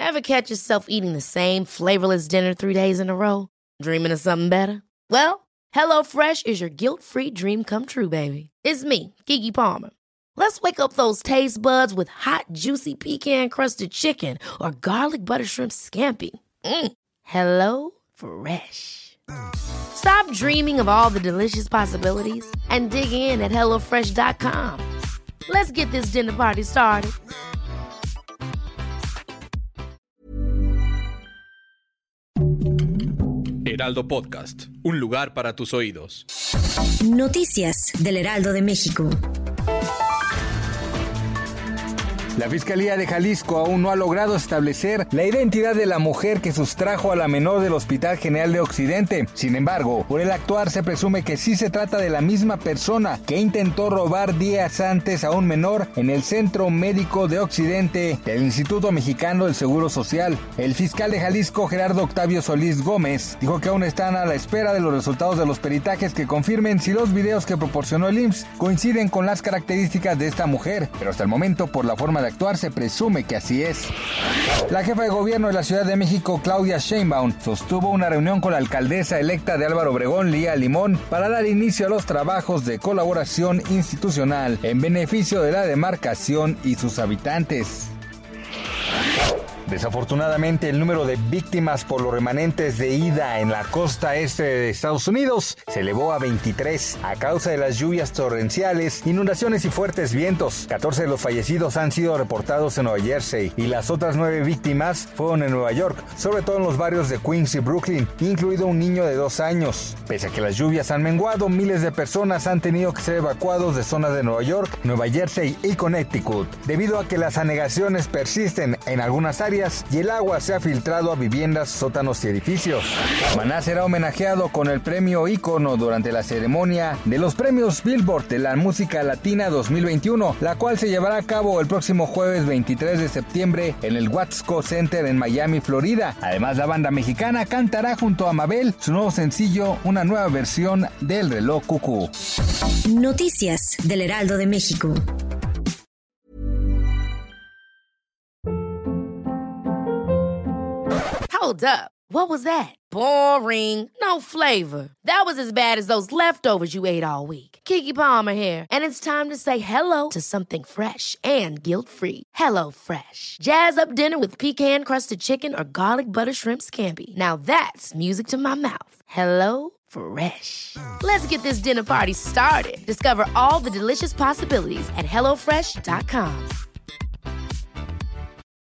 Ever catch yourself eating the same flavorless dinner 3 days in a row? Dreaming of something better? Well, HelloFresh is your guilt-free dream come true, baby. It's me, Keke Palmer. Let's wake up those taste buds with hot, juicy pecan-crusted chicken or garlic butter shrimp scampi. Hello Fresh. Stop dreaming of all the delicious possibilities and dig in at HelloFresh.com. Let's get this dinner party started. Heraldo Podcast, un lugar para tus oídos. Noticias del Heraldo de México. La Fiscalía de Jalisco aún no ha logrado establecer la identidad de la mujer que sustrajo a la menor del Hospital General de Occidente. Sin embargo, por el actuar se presume que sí se trata de la misma persona que intentó robar días antes a un menor en el Centro Médico de Occidente del Instituto Mexicano del Seguro Social. El fiscal de Jalisco, Gerardo Octavio Solís Gómez, dijo que aún están a la espera de los resultados de los peritajes que confirmen si los videos que proporcionó el IMSS coinciden con las características de esta mujer, pero hasta el momento, por la forma de actuar, se presume que así es. La jefa de gobierno de la Ciudad de México, Claudia Sheinbaum, sostuvo una reunión con la alcaldesa electa de Álvaro Obregón, Lía Limón, para dar inicio a los trabajos de colaboración institucional en beneficio de la demarcación y sus habitantes. Desafortunadamente, el número de víctimas por los remanentes de Ida en la costa este de Estados Unidos se elevó a 23 a causa de las lluvias torrenciales, inundaciones y fuertes vientos. 14 de los fallecidos han sido reportados en Nueva Jersey y las otras 9 víctimas fueron en Nueva York, sobre todo en los barrios de Queens y Brooklyn, incluido un niño de 2 años. Pese a que las lluvias han menguado, miles de personas han tenido que ser evacuados de zonas de Nueva York, Nueva Jersey y Connecticut, debido a que las anegaciones persisten en algunas áreas y el agua se ha filtrado a viviendas, sótanos y edificios. Maná será homenajeado con el premio Ícono durante la ceremonia de los premios Billboard de la música latina 2021, la cual se llevará a cabo el próximo jueves 23 de septiembre en el Watsco Center en Miami, Florida. Además, la banda mexicana cantará junto a Mabel su nuevo sencillo, una nueva versión del Reloj Cucú. Noticias del Heraldo de México. Hold up. What was that? Boring. No flavor. That was as bad as those leftovers you ate all week. Keke Palmer here, and it's time to say hello to something fresh and guilt-free. Hello Fresh. Jazz up dinner with pecan-crusted chicken or garlic butter shrimp scampi. Now that's music to my mouth. Hello Fresh. Let's get this dinner party started. Discover all the delicious possibilities at HelloFresh.com.